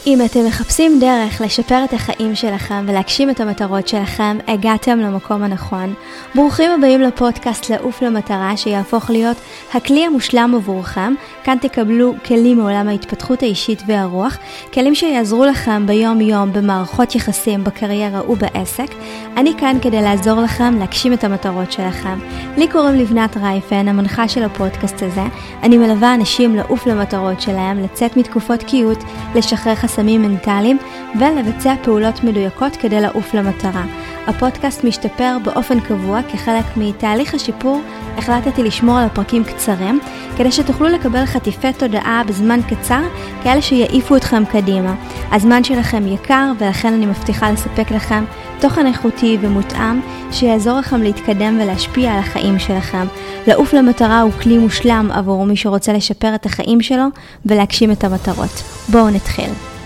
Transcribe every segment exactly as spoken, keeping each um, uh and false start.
אם אתם מחפשים דרך לשפר את החיים שלכם ולהגשים את המטרות שלכם, הגעתם למקום הנכון. ברוכים הבאים לפודקאסט לעוף למטרה, שיהפוך להיות הכלי המושלם עבורכם. כאן תקבלו כלים מעולם ההתפתחות האישית והרוח, כלים שיעזרו לכם ביום יום במערכות יחסים, בקריירה ובעסק. אני כאן כדי לעזור לכם להגשים את המטרות שלכם. לי קוראים לבנת רייפן, המנחה של הפודקאסט הזה. אני מלווה אנשים לעוף למטרות שלהם, לצאת מתקופות קיוט, לשחרר חסמים מנטליים ולבצע פעולות מדויקות כדי לעוף למטרה. הפודקאסט משתפר באופן קבוע כחלק מתהליך השיפור. החלטתי לשמור על הפרקים קצרים כדי שתוכלו לקבל חטיפי תודעה בזמן קצר, כאלה שיעיפו אתכם קדימה. הזמן שלכם יקר, ולכן אני מבטיחה לספק לכם תוכן איכותי ומותאם שיעזור לכם להתקדם ולהשפיע על החיים שלכם. לעוף למטרה הוא כלי מושלם עבור מי שרוצה לשפר את החיים שלו ולהגשים את המטרות. בואו נתחיל.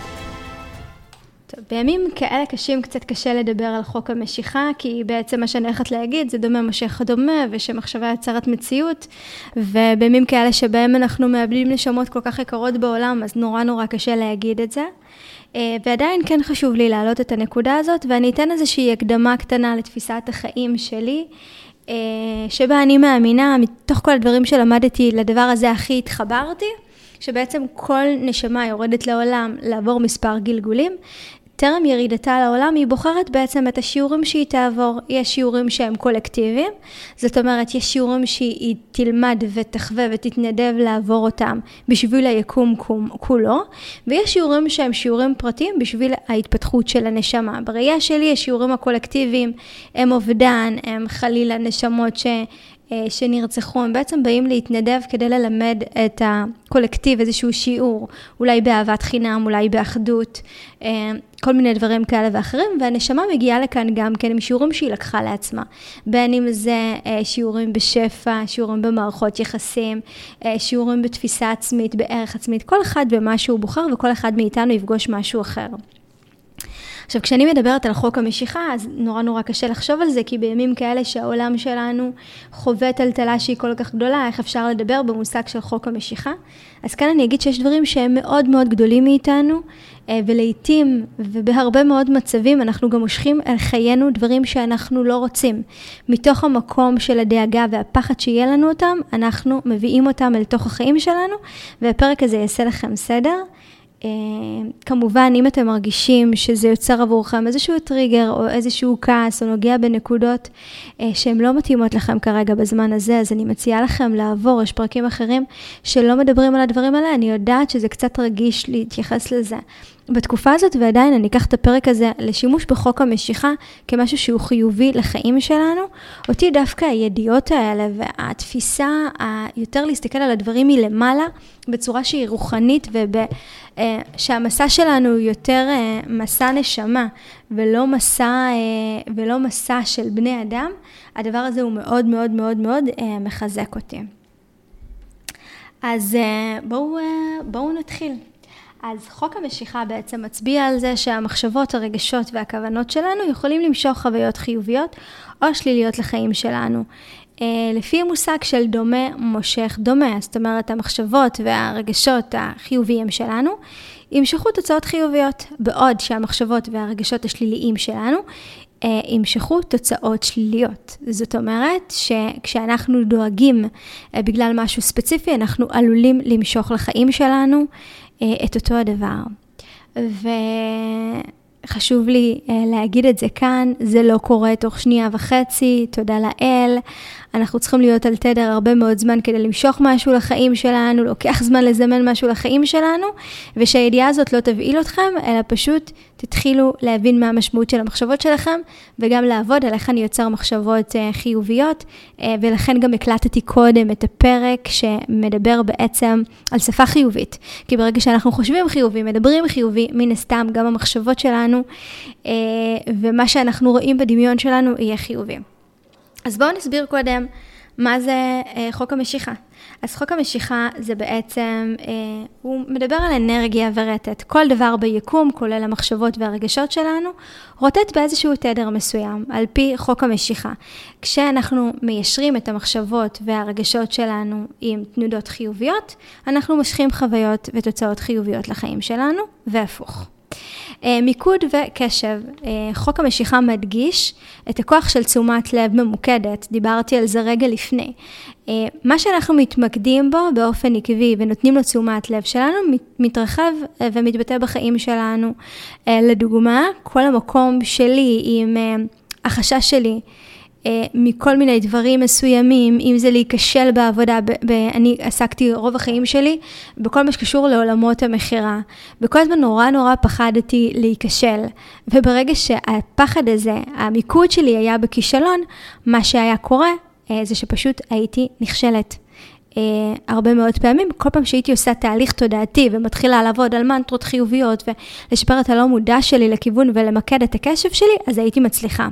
טוב, בימים כאלה קשים קצת קשה לדבר על חוק המשיכה, כי בעצם מה שאני הולכת להגיד זה דומה מושך דומה, ושמחשבה יצרת מציאות, ובימים כאלה שבהם אנחנו מאבדים נשמות כל כך יקרות בעולם, אז נורא נורא קשה להגיד את זה. ועדיין כן חשוב לי להעלות את הנקודה הזאת, ואני אתן איזושהי הקדמה קטנה לתפיסת החיים שלי, שבה אני מאמינה, מתוך כל הדברים שלמדתי, לדבר הזה הכי התחברתי, שבעצם כל נשמה יורדת לעולם לעבור מספר גלגולים. טרם ירידתה לעולם היא בוחרת בעצם את השיעורים שהיא תעבור. יש שיעורים שהם קולקטיביים, זאת אומרת יש שיעורים שהיא תלמד ותחווה ותתנדב לעבור אותם בשביל היקום כולו, ויש שיעורים שהם שיעורים פרטיים בשביל ההתפתחות של הנשמה. בראייה שלי השיעורים הקולקטיביים הם אובדן, הם חלילה נשמות ש... שנרצחו, הם בעצם באים להתנדב כדי ללמד את הקולקטיב איזשהו שיעור, אולי באהבת חינם, אולי באחדות, כל מיני דברים כאלה ואחרים, והנשמה מגיעה לכאן גם כן עם שיעורים שהיא לקחה לעצמה, בין אם זה שיעורים בשפע, שיעורים במערכות יחסים, שיעורים בתפיסה עצמית, בערך עצמית, כל אחד במה שהוא בוחר, וכל אחד מאיתנו יפגוש משהו אחר. עכשיו, כשאני מדברת על חוק המשיכה, אז נורא נורא קשה לחשוב על זה, כי בימים כאלה שהעולם שלנו חווה טלטלה שהיא כל כך גדולה, איך אפשר לדבר במושג של חוק המשיכה? אז כאן אני אגיד שיש דברים שהם מאוד מאוד גדולים מאיתנו, ולעיתים ובהרבה מאוד מצבים אנחנו גם מושכים על חיינו דברים שאנחנו לא רוצים. מתוך המקום של הדאגה והפחד שיהיה לנו אותם, אנחנו מביאים אותם אל תוך החיים שלנו, והפרק הזה יעשה לכם סדר. Uh, כמובן, אם אתם מרגישים שזה יוצר עבורכם איזשהו טריגר או איזשהו כעס או נוגע בנקודות uh, שהן לא מתאימות לכם כרגע בזמן הזה, אז אני מציעה לכם לעבור. יש פרקים אחרים שלא מדברים על הדברים האלה, אני יודעת שזה קצת רגיש להתייחס לזה בתקופה הזאת, ועדיין אני אקח את הפרק הזה לשימוש בחוק המשיכה כמשהו שהוא חיובי לחיים שלנו. אותי דווקא הידיעות האלה והתפיסה היותר להסתכל על הדברים מלמעלה בצורה שהיא רוחנית, ושהמסע שלנו הוא יותר מסע נשמה ולא מסע, ולא מסע של בני אדם, הדבר הזה הוא מאוד מאוד מאוד מאוד מחזק אותי. אז בואו, בואו נתחיל. אז חוק המשיכה בעצם מצביע על זה שהמחשבות, הרגשות והכוונות שלנו יכולים למשוך חוויות חיוביות או שליליות לחיים שלנו. לפי המושג של דומה מושך דומה, זאת אומרת המחשבות והרגשות החיוביים שלנו ימשכו תוצאות חיוביות, בעוד שהמחשבות והרגשות השליליים שלנו ימשכו תוצאות שליליות. זאת אומרת שכשאנחנו דואגים בגלל משהו ספציפי, אנחנו עלולים למשוך לחיים שלנו את אותו הדבר. וחשוב לי להגיד את זה כאן, זה לא קורה תוך שנייה וחצי, תודה לאל. אנחנו צריכים להיות על תדר הרבה מאוד זמן כדי למשוך משהו לחיים שלנו, לוקח זמן לזמן משהו לחיים שלנו, ושהידיעה הזאת לא תבעיל אתכם, אלא פשוט תתחילו להבין מה המשמעות של המחשבות שלכם, וגם לעבוד על איך אני יוצר מחשבות חיוביות, ולכן גם הקלטתי קודם את הפרק שמדבר בעצם על שפה חיובית, כי ברגע שאנחנו חושבים חיובי, מדברים חיובי, מן הסתם גם המחשבות שלנו, ומה שאנחנו רואים בדמיון שלנו יהיה חיובי. אז בואו נסביר קודם מה זה אה, חוק המשיכה? אז חוק המשיכה זה בעצם, אה, הוא מדבר על אנרגיה ורטט. כל דבר ביקום, כולל המחשבות והרגשות שלנו, רוטט באיזשהו תדר מסוים, על פי חוק המשיכה. כשאנחנו מיישרים את המחשבות והרגשות שלנו עם תנודות חיוביות, אנחנו מושכים חוויות ותוצאות חיוביות לחיים שלנו, והפוך. מיקוד וקשב, חוק המשיכה מדגיש את הכוח של תשומת לב ממוקדת, דיברתי על זה רגע לפני. מה שאנחנו מתמקדים בו באופן עקבי ונותנים לו תשומת לב שלנו, מתרחב ומתבטא בחיים שלנו. לדוגמה, כל המקום שלי עם החשש שלי, מכל מיני דברים מסוימים, אם זה להיכשל בעבודה, ב- ב- אני עסקתי רוב החיים שלי, בכל מה שקשור לעולמות המחירה. בכל הזמן נורא נורא פחדתי להיכשל, וברגע שהפחד הזה, המיקוד שלי היה בכישלון, מה שהיה קורה, זה שפשוט הייתי נכשלת. הרבה מאוד פעמים, כל פעם שהייתי עושה תהליך תודעתי, ומתחילה לעבוד על מנטרות חיוביות, ולשפר את הלא מודע שלי לכיוון, ולמקד את הקשב שלי, אז הייתי מצליחה.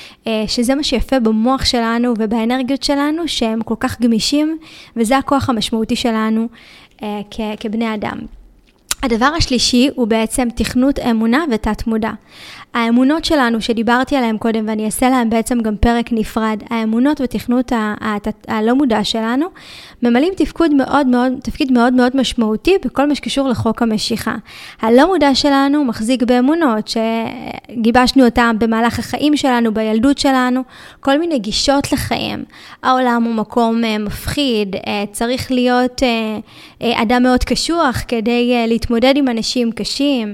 שזה מה שיפה במוח שלנו ובאנרגיות שלנו, שהם כל כך גמישים, וזה הכוח המשמעותי שלנו כ- כבני אדם. הדבר השלישי הוא בעצם תכנות אמונה ותת מודע. האמונות שלנו שדיברתי עליהן קודם, ואני אעשה להם בעצם גם פרק נפרד, האמונות ותכנות ה- ה- הלא מודע שלנו, ממלאים תפקוד מאוד מאוד, תפקיד מאוד מאוד משמעותי בכל מה שקשור לחוק המשיכה. הלא מודע שלנו מחזיק באמונות שגיבשנו אותם במהלך החיים שלנו, בילדות שלנו, כל מיני גישות לחיים. העולם הוא מקום מפחיד, צריך להיות אדם מאוד קשוח כדי להתמודד עם אנשים קשים,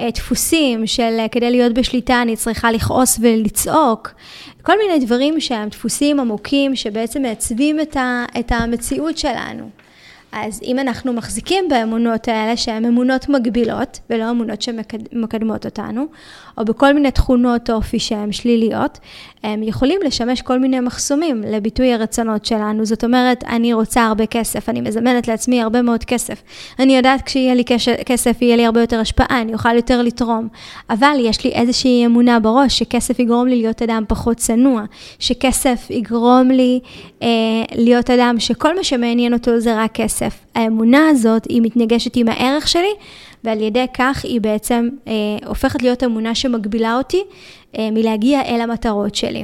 דפוסים של כדי להיות בשליטה אני צריכה לכעוס ולצעוק, כל מיני דברים שהם דפוסים עמוקים שבעצם מעצבים את, ה, את המציאות שלנו. אז אם אנחנו מחזיקים באמונות האלה שהן אמונות מגבילות ולא אמונות שמקדמות אותנו, או בכל מיני תכונות אופי שהן שליליות, הם יכולים לשמש כל מיני מחסומים לביטוי הרצונות שלנו. זאת אומרת, אני רוצה הרבה כסף, אני מזמנת לעצמי הרבה מאוד כסף. אני יודעת כשיהיה לי כסף, יהיה לי הרבה יותר השפעה, אני אוכל יותר לתרום. אבל יש לי איזושהי אמונה בראש שכסף יגרום לי להיות אדם פחות צנוע, שכסף יגרום לי אה, להיות אדם שכל מה שמעניין אותו זה רק כסף. האמונה הזאת היא מתנגשת עם הערך שלי, ועל ידי כך היא בעצם אה, הופכת להיות אמונה שמגבילה אותי אה, מלהגיע אל המטרות שלי.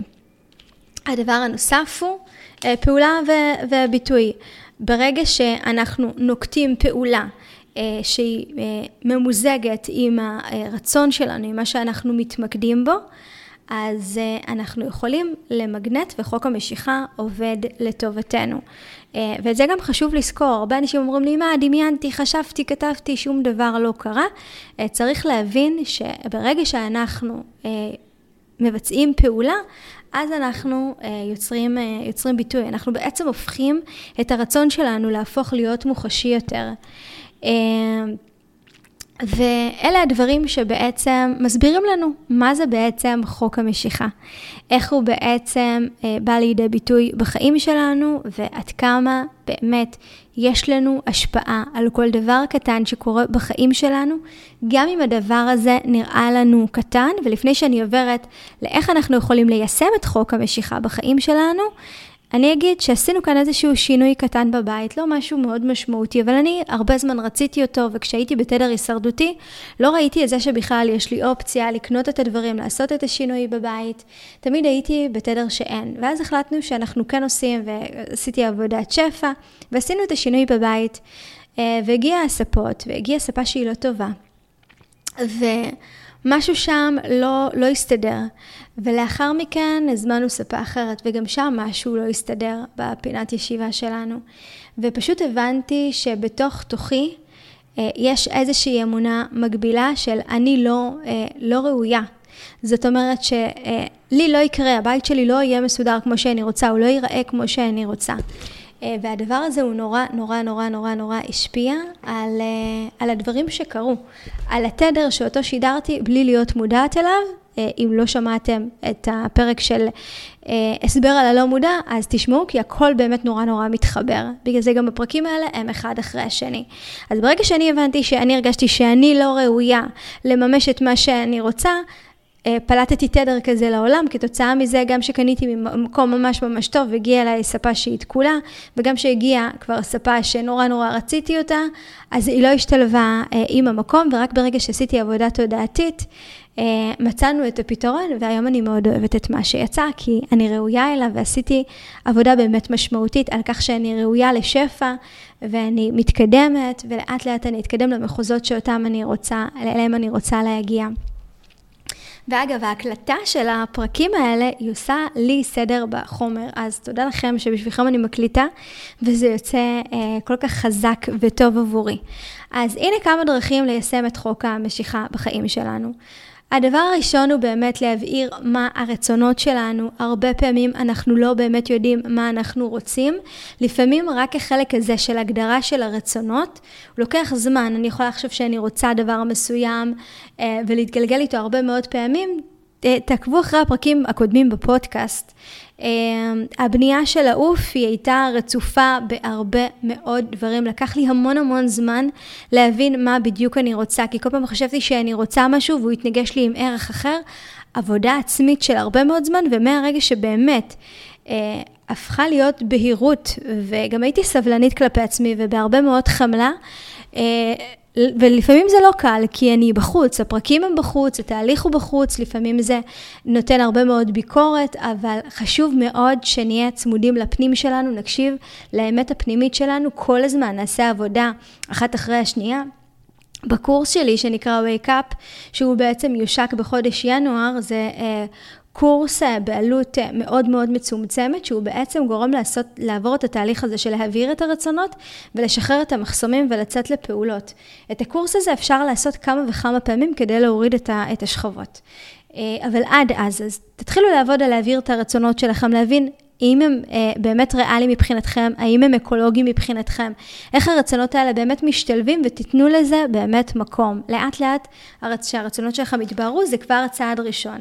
הדבר הנוסף הוא אה, פעולה ו- וביטוי. ברגע שאנחנו נוקטים פעולה אה, שהיא אה, ממוזגת עם הרצון שלנו, עם מה שאנחנו מתמקדים בו, אז uh, אנחנו יכולים למגנט וחוק המשיכה עובד לטובתנו. Uh, ואת זה גם חשוב לזכור. הרבה אנשים אומרים לי, מה, דמיינתי, חשבתי, כתבתי, שום דבר לא קרה. Uh, צריך להבין שברגע שאנחנו uh, מבצעים פעולה, אז אנחנו uh, יוצרים, uh, יוצרים ביטוי. אנחנו בעצם הופכים את הרצון שלנו להפוך להיות מוחשי יותר. Uh, ואלה הדברים שבעצם מסבירים לנו מה זה בעצם חוק המשיכה. איך הוא בעצם אה, בא לידי ביטוי בחיים שלנו, ועד כמה באמת יש לנו השפעה על כל דבר קטן שקורה בחיים שלנו, גם אם הדבר הזה נראה לנו קטן. ולפני שאני עוברת לאיך אנחנו יכולים ליישם את חוק המשיכה בחיים שלנו, אני אגיד שעשינו כאן איזשהו שינוי קטן בבית, לא משהו מאוד משמעותי, אבל אני הרבה זמן רציתי אותו, וכשהייתי בתדר הישרדותי, לא ראיתי את זה שבכלל יש לי אופציה לקנות את הדברים, לעשות את השינוי בבית. תמיד הייתי בתדר שאין, ואז החלטנו שאנחנו כן עושים, ועשיתי עבודת שפע, ועשינו את השינוי בבית, והגיעה הספות, והגיעה ספה שהיא לא טובה. ומשהו שם לא, לא הסתדר. ולאחר מכן הזמנו ספה אחרת, וגם שם משהו לא הסתדר בפינת ישיבה שלנו. ופשוט הבנתי שבתוך תוכי יש איזושהי אמונה מגבילה של אני לא, לא ראויה. זאת אומרת שלי לא יקרה, הבית שלי לא יהיה מסודר כמו שאני רוצה, הוא לא ייראה כמו שאני רוצה. והדבר הזה הוא נורא, נורא, נורא, נורא, נורא השפיע על, על הדברים שקרו, על התדר שאותו שידרתי בלי להיות מודעת אליו. אם לא שמעתם את הפרק של הסבר על הלא מודע, אז תשמעו, כי הכל באמת נורא נורא מתחבר. בגלל זה גם הפרקים האלה הם אחד אחרי השני. אז ברגע שאני הבנתי שאני הרגשתי שאני לא ראויה לממש את מה שאני רוצה, פלטתי תדר כזה לעולם, כתוצאה מזה גם שקניתי ממקום ממש ממש טוב, הגיעה אליי ספה שהיא תקולה, וגם שהגיעה כבר ספה שנורא נורא רציתי אותה, אז היא לא השתלבה עם המקום, ורק ברגע שעשיתי עבודה תודעתית, מצאנו את הפתרון, והיום אני מאוד אוהבת את מה שיצא, כי אני ראויה אליו, ועשיתי עבודה באמת משמעותית, על כך שאני ראויה לשפע, ואני מתקדמת, ולאט לאט אני אתקדם למחוזות שאותם אני רוצה, אליהם אני רוצה להגיע. ואגב, ההקלטה של הפרקים האלה, היא עושה לי סדר בחומר, אז תודה לכם שבשבילכם אני מקליטה, וזה יוצא אה, כל כך חזק וטוב עבורי. אז הנה כמה דרכים ליישם את חוק המשיכה בחיים שלנו. הדבר הראשון הוא באמת להבהיר מה הרצונות שלנו. הרבה פעמים אנחנו לא באמת יודעים מה אנחנו רוצים. לפעמים רק החלק הזה של הגדרה של הרצונות, הוא לוקח זמן. אני יכולה לחשוב שאני רוצה דבר מסוים ולהתגלגל איתו הרבה מאוד פעמים. תעקבו אחרי הפרקים הקודמים בפודקאסט. הבנייה של העוף היא הייתה רצופה בהרבה מאוד דברים. לקח לי המון המון זמן להבין מה בדיוק אני רוצה, כי כל פעם חשבתי שאני רוצה משהו והוא יתנגש לי עם ערך אחר. עבודה עצמית של הרבה מאוד זמן, ומהרגע שבאמת אה, הפכה להיות בהירות, וגם הייתי סבלנית כלפי עצמי ובהרבה מאוד חמלה, אה, ולפעמים זה לא קל, כי אני בחוץ, הפרקים הם בחוץ, התהליך הוא בחוץ, לפעמים זה נותן הרבה מאוד ביקורת, אבל חשוב מאוד שנהיה צמודים לפנים שלנו, נקשיב לאמת הפנימית שלנו, כל הזמן נעשה עבודה אחת אחרי השנייה. בקורס שלי שנקרא Wake Up, שהוא בעצם יושק בחודש ינואר, זה קורס בעלות מאוד מאוד מצומצמת, שהוא בעצם גורם לעשות, לעבור את התהליך הזה של להעביר את הרצונות, ולשחרר את המחסומים ולצאת לפעולות. את הקורס הזה אפשר לעשות כמה וכמה פעמים, כדי להוריד את, ה, את השכבות. אבל עד אז, אז תתחילו לעבוד על להעביר את הרצונות שלכם, להבין האם הם אה, באמת ריאליים מבחינתכם, האם הם אקולוגיים מבחינתכם, איך הרצונות האלה באמת משתלבים, ותיתנו לזה באמת מקום. לאט לאט, הרצ... שהרצונות שלכם יתבהרו, זה כבר צעד ראשון.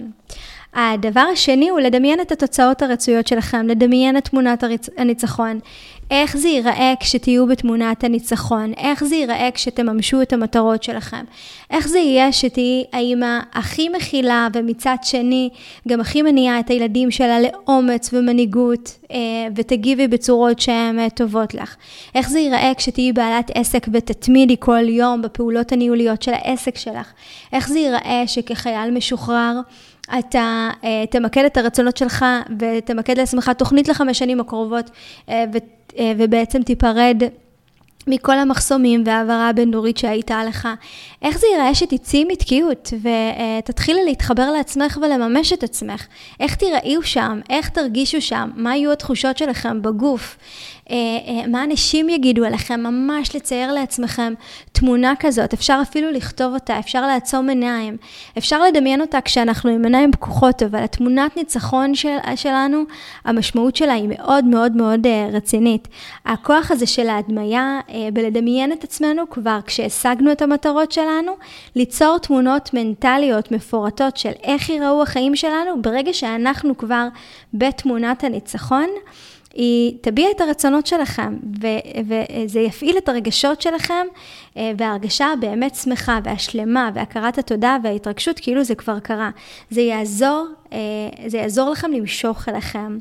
הדבר השני הוא לדמיין את התוצאות הרצויות שלכם, לדמיין את תמונת הרצ... הניצחון, איך זה ייראה כשתהיו בתמונת הניצחון, איך זה ייראה כשתממשו את המטרות שלכם, איך זה יהיה שתהי האמא הכי מכילה, ומצד שני גם הכי מניעה את הילדים שלה לאומץ ומנהיגות, ותגיבי בצורות שהן טובות לך. איך זה ייראה כשתהי בעלת עסק ותתמידי כל יום בפעולות הניהוליות של העסק שלך, איך זה ייראה שכחייל משוחרר, אתה uh, תמקד את הרצונות שלך ותמקד לעצמך תוכנית לחמש שנים הקרובות uh, ו, uh, ובעצם תיפרד מכל המחסומים והעברה הבין-דורית שהייתה לך. איך זה ייראה שתצאי מתקיעות ותתחילי להתחבר לעצמך ולממש את עצמך? איך תיראיו שם? איך תרגישו שם? מה יהיו התחושות שלכם בגוף? מה אנשים יגידו עליכם? ממש לצייר לעצמכם תמונה כזאת. אפשר אפילו לכתוב אותה, אפשר לעצום עיניים, אפשר לדמיין אותה כשאנחנו עם עיניים פקוחות, אבל התמונת ניצחון של, שלנו, המשמעות שלה היא מאוד מאוד מאוד רצינית. הכוח הזה של ההדמיה, בלדמיין את עצמנו כבר כשהשגנו את המטרות שלנו, ליצור תמונות מנטליות מפורטות של איך ייראו החיים שלנו, ברגע שאנחנו כבר בתמונת הניצחון, היא תביע את הרצונות שלכם, וזה יפעיל את הרגשות שלכם, וההרגשה באמת שמחה והשלמה, והכרת התודה וההתרגשות, כאילו זה כבר קרה. זה יעזור, זה יעזור לכם למשוך אליכם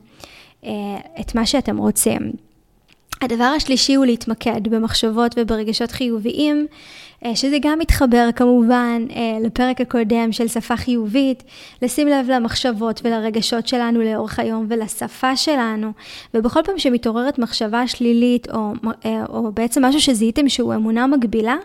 את מה שאתם רוצים. הדבר השלישי הוא להתמקד במחשבות וברגשות חיוביים, שזה גם מתחבר כמובן לפרק הקודם של שפה חיובית, לשים לב למחשבות ולרגשות שלנו לאורך היום ולשפה שלנו, ובכל פעם שמתעוררת מחשבה שלילית או, או בעצם משהו שזיהיתם שהוא אמונה מגבילה,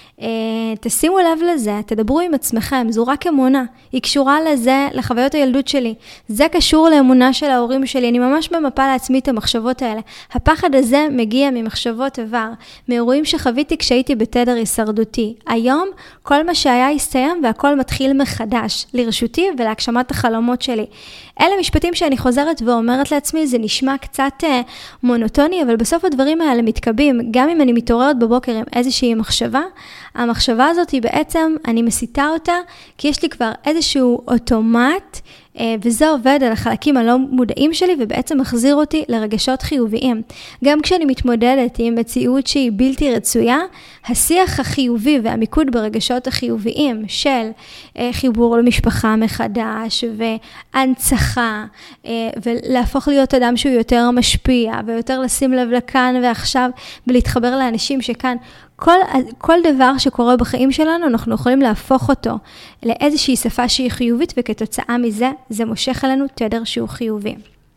תשימו לב לזה, תדברו עם עצמכם, זו רק אמונה, היא קשורה לזה, לחוויות הילדות שלי, זה קשור לאמונה של ההורים שלי, אני ממש ממפה לעצמי את המחשבות האלה. הפחד הזה מגיע ממחשבות עבר, מאירועים שחוויתי כשהייתי בתדר הישרדותי. היום כל מה שהיה יסתיים והכל מתחיל מחדש, לרשותי ולהגשמת החלומות שלי. אלה משפטים שאני חוזרת ואומרת לעצמי, זה נשמע קצת אה, מונוטוני, אבל בסוף הדברים האלה מתקבים, גם אם אני מתעוררת בבוקר עם איזושהי מחשבה, המחשבה הזאת היא בעצם, אני מסיתה אותה, כי יש לי כבר איזשהו אוטומט, וזה עובד על החלקים הלא מודעים שלי, ובעצם מחזיר אותי לרגשות חיוביים. גם כשאני מתמודדת עם מציאות שהיא בלתי רצויה, השיח החיובי והמיקוד ברגשות החיוביים של חיבור למשפחה מחדש, והנצחה, ולהפוך להיות אדם שהוא יותר משפיע, ויותר לשים לב לכאן ועכשיו, ולהתחבר לאנשים שכאן, כל, כל דבר שקורה בחיים שלנו, אנחנו יכולים להפוך אותו לאיזושהי שפה שהיא חיובית, וכתוצאה מזה, זה מושך עלינו תדר שהוא חיובי.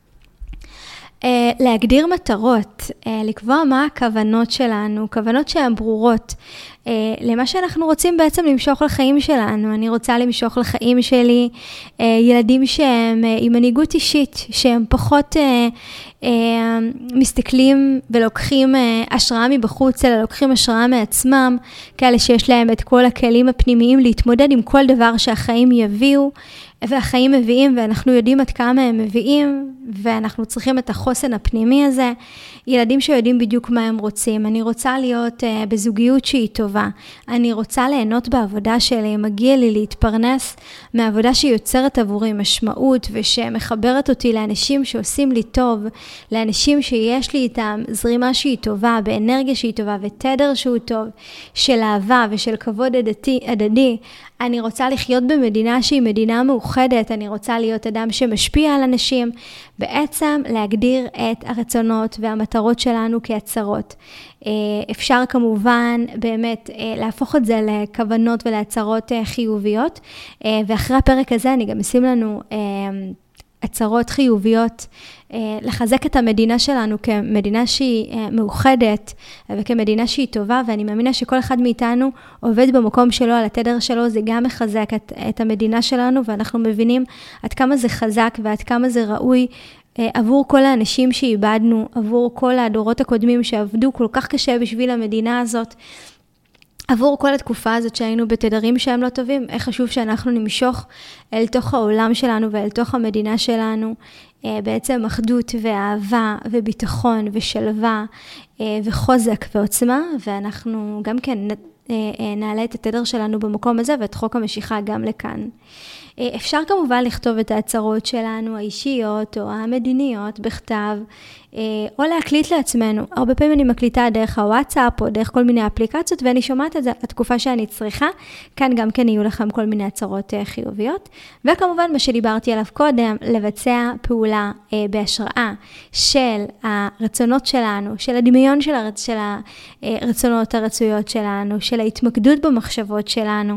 Uh, להגדיר מטרות, uh, לקבוע מה הכוונות שלנו, כוונות שהן ברורות, uh, למה שאנחנו רוצים בעצם למשוך לחיים שלנו. אני רוצה למשוך לחיים שלי uh, ילדים שהם uh, עם מנהיגות אישית, שהם פחות uh, uh, מסתכלים ולוקחים uh, השראה מבחוץ, אלא לוקחים השראה מעצמם, כאלה שיש להם את כל הכלים הפנימיים להתמודד עם כל דבר שהחיים יביאו, והחיים מביאים, ואנחנו יודעים עד כמה הם מביאים, ואנחנו צריכים את החוסן הפנימי הזה. ילדים שיודעים בדיוק מה הם רוצים. אני רוצה להיות uh, בזוגיות שהיא טובה. אני רוצה ליהנות בעבודה שלי. מגיע לי להתפרנס מהעבודה שיוצרת עבורי משמעות, ושמחברת אותי לאנשים שעושים לי טוב, לאנשים שיש לי איתם זרימה שהיא טובה, באנרגיה שהיא טובה, ותדר שהוא טוב, של אהבה ושל כבוד הדדי. הדדי. אני רוצה לחיות במדינה שהיא מדינה מאוחדת, אני רוצה להיות אדם שמשפיע על אנשים, בעצם להגדיר את הרצונות והמטרות שלנו כהצהרות. אפשר כמובן באמת להפוך את זה לכוונות ולהצהרות חיוביות, ואחרי הפרק הזה אני גם אשים לנו הצהרות חיוביות, לחזק את המדינה שלנו כמדינה שהיא מאוחדת וכמדינה שהיא טובה, ואני מאמינה שכל אחד מאיתנו עובד במקום שלו, על התדר שלו, זה גם מחזק את, את המדינה שלנו, ואנחנו מבינים עד כמה זה חזק ועד כמה זה ראוי עבור כל האנשים שאיבדנו, עבור כל הדורות הקודמים שעבדו כל כך קשה בשביל המדינה הזאת, עבור כל התקופה הזאת שהיינו בתדרים שהם לא טובים. איך חשוב שאנחנו נמשוך אל תוך העולם שלנו ואל תוך המדינה שלנו, בעצם אחדות ואהבה וביטחון ושלווה וחוזק ועוצמה, ואנחנו גם כן נעלה את התדר שלנו במקום הזה ואת חוק המשיכה גם לכאן. אפשר כמובן לכתוב את ההצהרות שלנו האישיות או המדיניות בכתב, או להקליט לעצמנו. הרבה פעמים אני מקליטה דרך הוואטסאפ או דרך כל מיני אפליקציות, ואני שומעת את זה התקופה שאני צריכה. כאן גם כן יהיו לכם כל מיני הצהרות חיוביות. וכמובן מה שדיברתי עליו קודם, לבצע פעולה בהשראה של הרצונות שלנו, של הדמיון של, הרצ... של הרצונות הרצויות שלנו, של ההתמקדות במחשבות שלנו,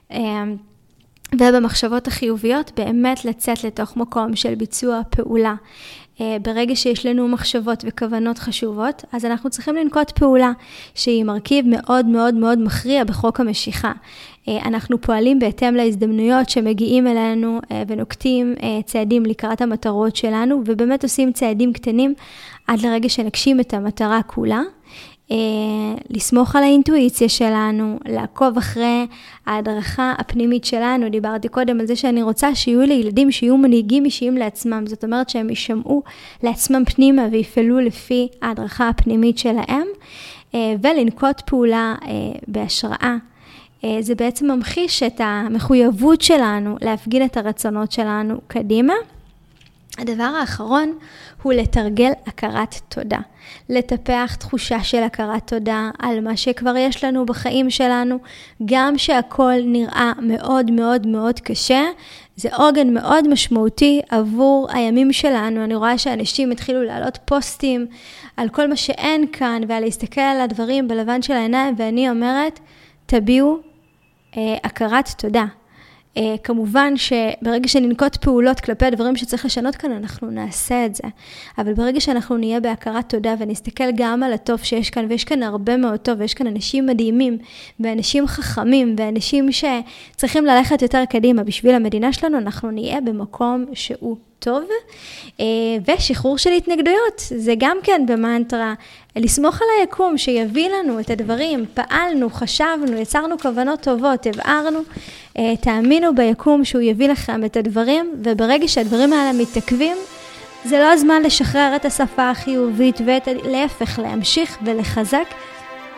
ובמחשבות החיוביות באמת לצאת לתוך מקום של ביצוע פעולה. ברגע שיש לנו מחשבות וכוונות חשובות, אז אנחנו צריכים לנקוט פעולה שהיא מרכיב מאוד מאוד מאוד מכריע בחוק המשיכה. אנחנו פועלים בהתאם להזדמנויות שמגיעים אלינו ונוקטים צעדים לקראת המטרות שלנו, ובאמת עושים צעדים קטנים עד לרגע שנגשים את המטרה כולה. לסמוך על האינטואיציה שלנו, לעקוב אחרי ההדרכה הפנימית שלנו. דיברתי קודם על זה שאני רוצה שיהיו לי ילדים שיהיו מנהיגים אישיים לעצמם, זאת אומרת שהם ישמעו לעצמם פנימה ויפעלו לפי ההדרכה הפנימית שלהם, ולנקוט פעולה בהשראה. זה בעצם ממחיש את המחויבות שלנו להפגין את הרצונות שלנו קדימה. הדבר האחרון הוא לתרגל הכרת תודה. לטפח תחושה של הכרת תודה על מה שכבר יש לנו בחיים שלנו, גם שהכל נראה מאוד מאוד מאוד קשה, זה עוגן מאוד משמעותי עבור הימים שלנו. אני רואה שאנשים התחילו לעלות פוסטים על כל מה שאין כאן, ועל להסתכל על הדברים בלבן של העיניים, ואני אומרת, תביאו אה, הכרת תודה. Uh, כמובן שברגע שננקוט פעולות כלפי הדברים שצריך לשנות כאן, אנחנו נעשה את זה. אבל ברגע שאנחנו נהיה בהכרת תודה ונסתכל גם על הטוב שיש כאן, ויש כאן הרבה מאוד טוב, ויש כאן אנשים מדהימים, ואנשים חכמים, ואנשים שצריכים ללכת יותר קדימה בשביל המדינה שלנו, אנחנו נהיה במקום שהוא טוב. Uh, ושחרור של התנגדויות, זה גם כן במנטרה, לסמוך על היקום שיביא לנו את הדברים, פעלנו, חשבנו, יצרנו כוונות טובות, הבארנו, תאמינו ביקום שהוא יביא לכם את הדברים, וברגע שהדברים האלה מתעכבים, זה לא הזמן לשחרר את השפה החיובית, ולהפך, להמשיך ולחזק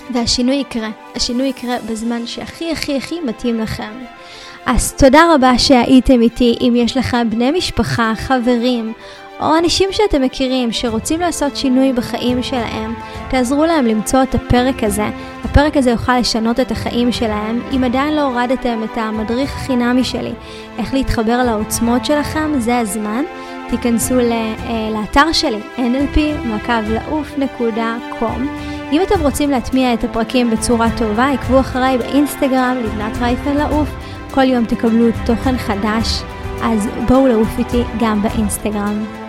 והשינוי יקרה. השינוי יקרה בזמן שהכי הכי הכי מתאים לכם. אז תודה רבה שהייתם איתי. אם יש לכם בני משפחה, חברים, או אנשים שאתם מכירים שרוצים לעשות שינוי בחיים שלהם, תעזרו להם למצוא את הפרק הזה. הפרק הזה יוכל לשנות את החיים שלהם. אם עדיין לא הורדתם את המדריך החינמי שלי, איך להתחבר לעוצמות שלכם, זה הזמן. תיכנסו לאתר שלי, אן אל פי מקו לעוף נקודה קום. אם אתם רוצים להטמיע את הפרקים בצורה טובה, עקבו אחריי באינסטגרם, לבנת רייפן לעוף. כל יום תקבלו תוכן חדש, אז בואו לעוף איתי גם באינסטגרם.